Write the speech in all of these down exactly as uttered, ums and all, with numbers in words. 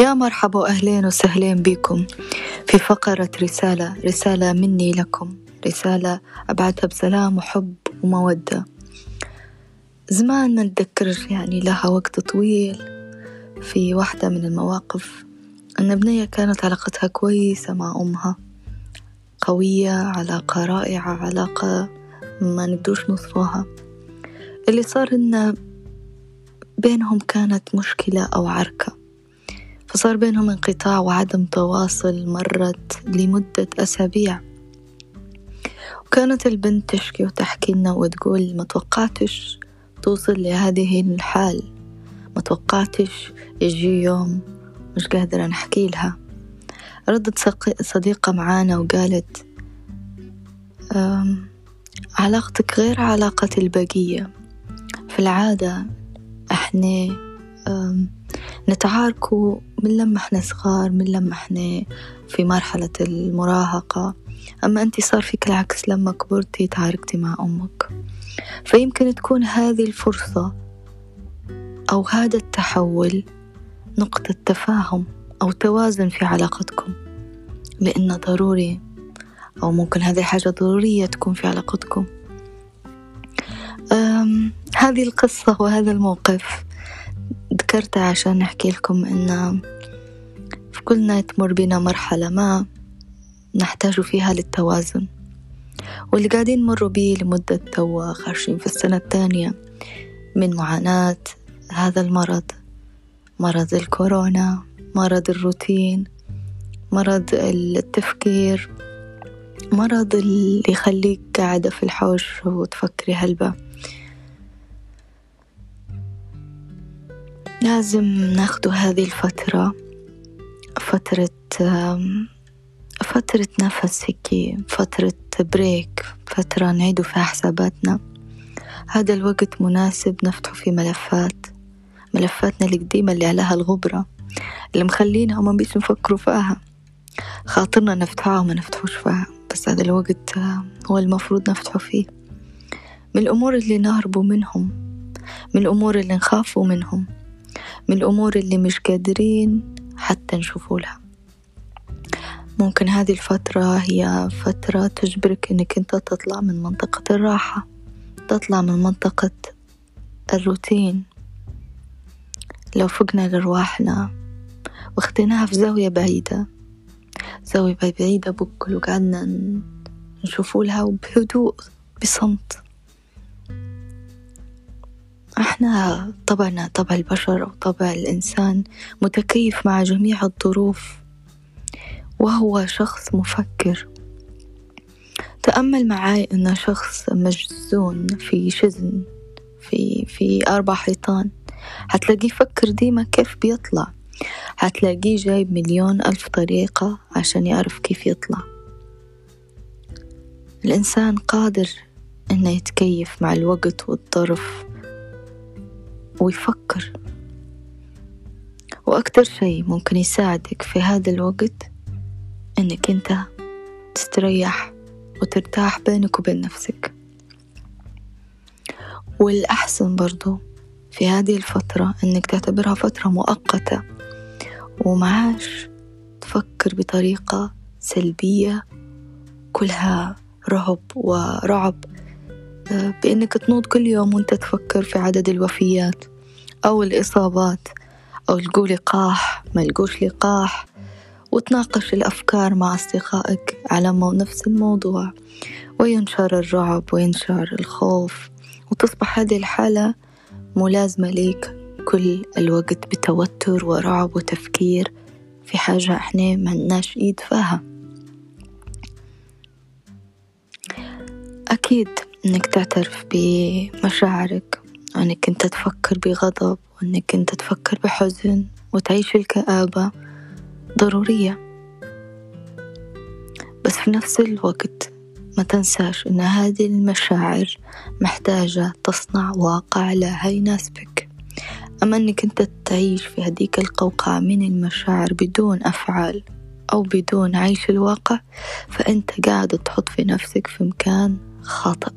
يا مرحبا وأهلين وسهلين بكم في فقرة رسالة رسالة مني لكم، رسالة أبعتها بسلام وحب ومودة. زمان ما نتذكر يعني لها وقت طويل في واحدة من المواقف أن بنية كانت علاقتها كويسة مع أمها، قوية، علاقة رائعة، علاقة ما نقدرش نوصفها. اللي صار إن بينهم كانت مشكلة أو عركة، فصار بينهم انقطاع وعدم تواصل مرت لمدة أسابيع. وكانت البنت تشكي وتحكي لنا وتقول ما توقعتش توصل لهذه الحال، ما توقعتش يجي يوم مش قادرة نحكي لها. ردت صديقة معانا وقالت علاقتك غير علاقة البقية. في العادة احنا نتعاركوا من لما احنا صغار، من لما احنا في مرحلة المراهقة، أما أنت صار فيك العكس، لما كبرتي تعاركتي مع أمك. فيمكن تكون هذه الفرصة أو هذا التحول نقطة تفاهم أو توازن في علاقتكم، لأنه ضروري، أو ممكن هذه حاجة ضرورية تكون في علاقتكم. هذه القصة وهذا الموقف ذكرتها عشان نحكي لكم إن في كلنا تمر بنا مرحلة ما نحتاج فيها للتوازن، واللي قاعدين نمر بيه لمدة توا خارجين في السنة الثانية من معاناة هذا المرض، مرض الكورونا، مرض الروتين، مرض التفكير، مرض اللي يخليك قاعدة في الحوش وتفكري هلبة. لازم ناخدو هذه الفترة فترة فترة نفس هيك، فترة بريك، فترة نعيدو فيها حساباتنا. هذا الوقت مناسب نفتحو في ملفات ملفاتنا القديمة اللي عليها الغبرة، اللي مخلينا وما بيش نفكروا فيها، خاطرنا نفتحها وما نفتحوش فيها، بس هذا الوقت هو المفروض نفتحو فيه. من الأمور اللي نهربوا منهم، من الأمور اللي نخافوا منهم، من الأمور اللي مش قادرين حتى نشوفوا لها. ممكن هذه الفترة هي فترة تجبرك إنك أنت تطلع من منطقة الراحة، تطلع من منطقة الروتين. لو فقنا لرواحنا واخدناها في زاوية بعيدة، زاوية بعيدة بكل، وقعدنا نشوفوا لها وبهدوء بصمت. احنا طبعنا طبع البشر أو طبع الإنسان متكيف مع جميع الظروف، وهو شخص مفكر. تأمل معي أن شخص مجزون في شزن في في أربع حيطان، هتلاقيه فكر ديما كيف بيطلع، هتلاقيه جايب مليون ألف طريقة عشان يعرف كيف يطلع. الإنسان قادر أنه يتكيف مع الوقت والظرف ويفكر، وأكتر شيء ممكن يساعدك في هذا الوقت أنك أنت تستريح وترتاح بينك وبين نفسك. والأحسن برضو في هذه الفترة أنك تعتبرها فترة مؤقتة، ومعاش تفكر بطريقة سلبية كلها رعب ورعب، بأنك تنوض كل يوم وانت تفكر في عدد الوفيات أو الإصابات، أو تقول لقاح ما لقوش لقاح، وتناقش الأفكار مع أصدقائك على نفس الموضوع، وينشر الرعب وينشر الخوف، وتصبح هذه الحالة ملازمة ليك كل الوقت بتوتر ورعب وتفكير في حاجة احنا ما لناش ايد فيها. أكيد انك تعترف بمشاعرك، وانك انت تفكر بغضب، وانك انت تفكر بحزن وتعيش الكآبة ضرورية، بس في نفس الوقت ما تنساش ان هذه المشاعر محتاجة تصنع واقع لا يناسبك. أما أنك أنت تعيش في هذيك القوقعة من المشاعر بدون أفعال أو بدون عيش الواقع، فأنت قاعد تحط في نفسك في مكان خاطئ.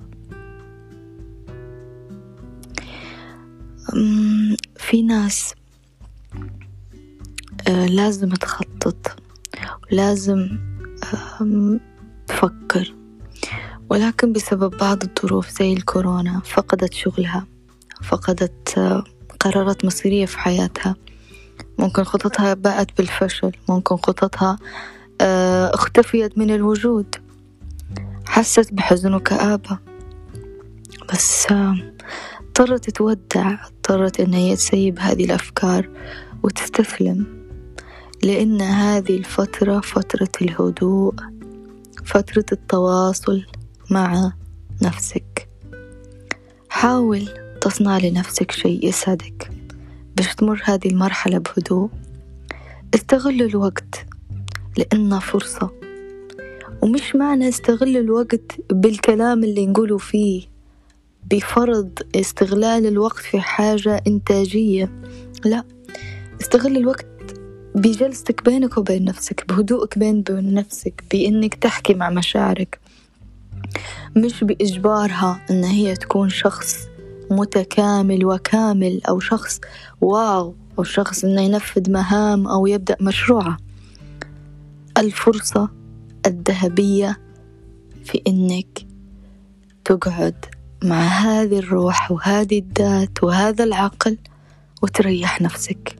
في ناس آه لازم تخطط، لازم آه تفكر، ولكن بسبب بعض الظروف زي الكورونا فقدت شغلها، فقدت آه قرارات مصيرية في حياتها. ممكن خططها باءت بالفشل، ممكن خططها آه اختفيت من الوجود، حست بحزن وكآبة، بس آه اضطرت تودع، اضطرت إن هي تسيب هذه الأفكار وتستسلم، لأن هذه الفترة فترة الهدوء، فترة التواصل مع نفسك. حاول تصنع لنفسك شيء يسعدك باش تمر هذه المرحلة بهدوء. استغل الوقت لأنه فرصة، ومش معنى استغل الوقت بالكلام اللي نقوله فيه بفرض استغلال الوقت في حاجة إنتاجية، لا، استغل الوقت بجلستك بينك وبين نفسك، بهدوءك بين بين نفسك، بإنك تحكي مع مشاعرك، مش بإجبارها إن هي تكون شخص متكامل وكامل، أو شخص واو، أو شخص إنه ينفذ مهام أو يبدأ مشروعه. الفرصة الذهبية في إنك تقعد مع هذه الروح وهذه الذات وهذا العقل وتريح نفسك.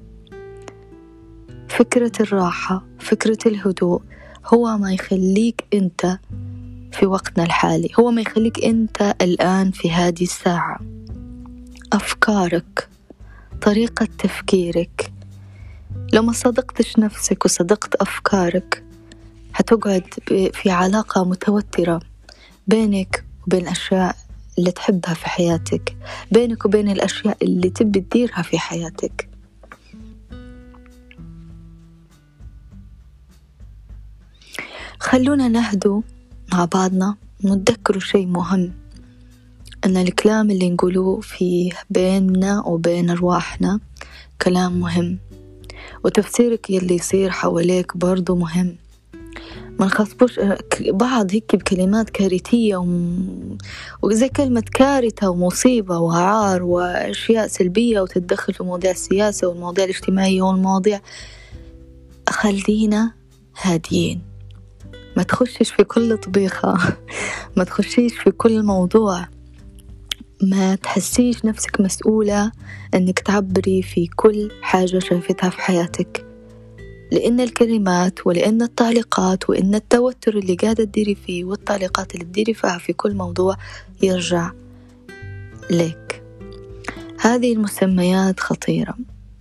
فكرة الراحة، فكرة الهدوء هو ما يخليك أنت في وقتنا الحالي، هو ما يخليك أنت الآن في هذه الساعة. أفكارك، طريقة تفكيرك، لو ما صدقتش نفسك وصدقت أفكارك هتقعد في علاقة متوترة بينك وبين الأشياء اللي تحبها في حياتك، بينك وبين الأشياء اللي تبي تديرها في حياتك. خلونا نهدو مع بعضنا، نتذكروا شيء مهم، أن الكلام اللي نقوله فيه بيننا وبين أرواحنا كلام مهم، وتفسيرك يلي يصير حواليك برضو مهم. ما نخصبوش بعض هيك بكلمات كارثية وم... وزي كلمة كارثة ومصيبة وعار وأشياء سلبية، وتتدخل في مواضيع السياسة والمواضيع الاجتماعية والمواضيع. خلينا هاديين، ما تخشيش في كل طبيخة ما تخشيش في كل موضوع، ما تحسيش نفسك مسؤولة أنك تعبري في كل حاجة شايفتها في حياتك، لأن الكلمات ولأن التعليقات وإن التوتر اللي قاعدة تديري فيه والتعليقات اللي تديري فيها في كل موضوع يرجع لك. هذه المسميات خطيرة،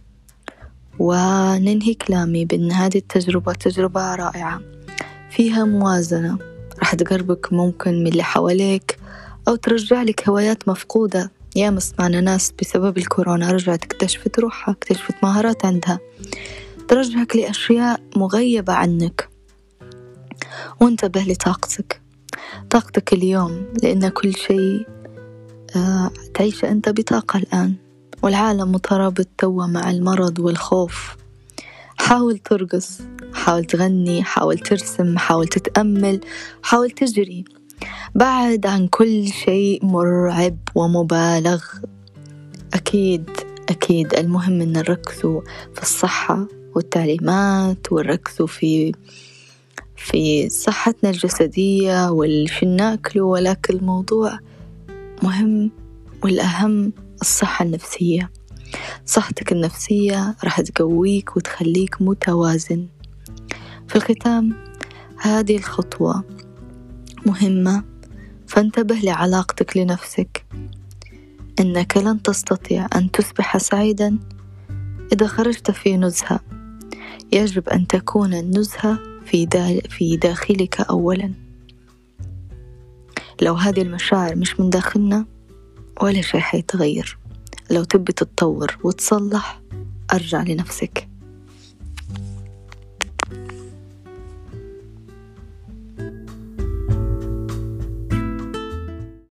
وننهي كلامي بأن هذه التجربة تجربة رائعة فيها موازنة، راح تقربك ممكن من اللي حواليك أو ترجع لك هوايات مفقودة. يا مسمعنا ناس بسبب الكورونا رجعت اكتشفت روحها، اكتشفت مهارات عندها، ترجعك لأشياء مغيبة عنك. وانتبه لطاقتك، طاقتك اليوم، لأن كل شيء آه تعيش أنت بطاقة الآن، والعالم مترابط توا مع المرض والخوف. حاول ترقص، حاول تغني، حاول ترسم، حاول تتأمل، حاول تجري، بعد عن كل شيء مرعب ومبالغ. أكيد أكيد المهم أن نركزوا في الصحة والتعليمات، ونركزوا في في صحتنا الجسدية والشي ناكله، ولكن الموضوع مهم والأهم الصحة النفسية. صحتك النفسية راح تقويك وتخليك متوازن. في الختام، هذه الخطوة مهمة، فانتبه لعلاقتك لنفسك، إنك لن تستطيع أن تصبح سعيدا إذا خرجت في نزهة. يجب أن تكون النزهة في, دا في داخلك أولا. لو هذه المشاعر مش من داخلنا ولا شيء حيتغير. لو تبي تتطور وتصلح، أرجع لنفسك.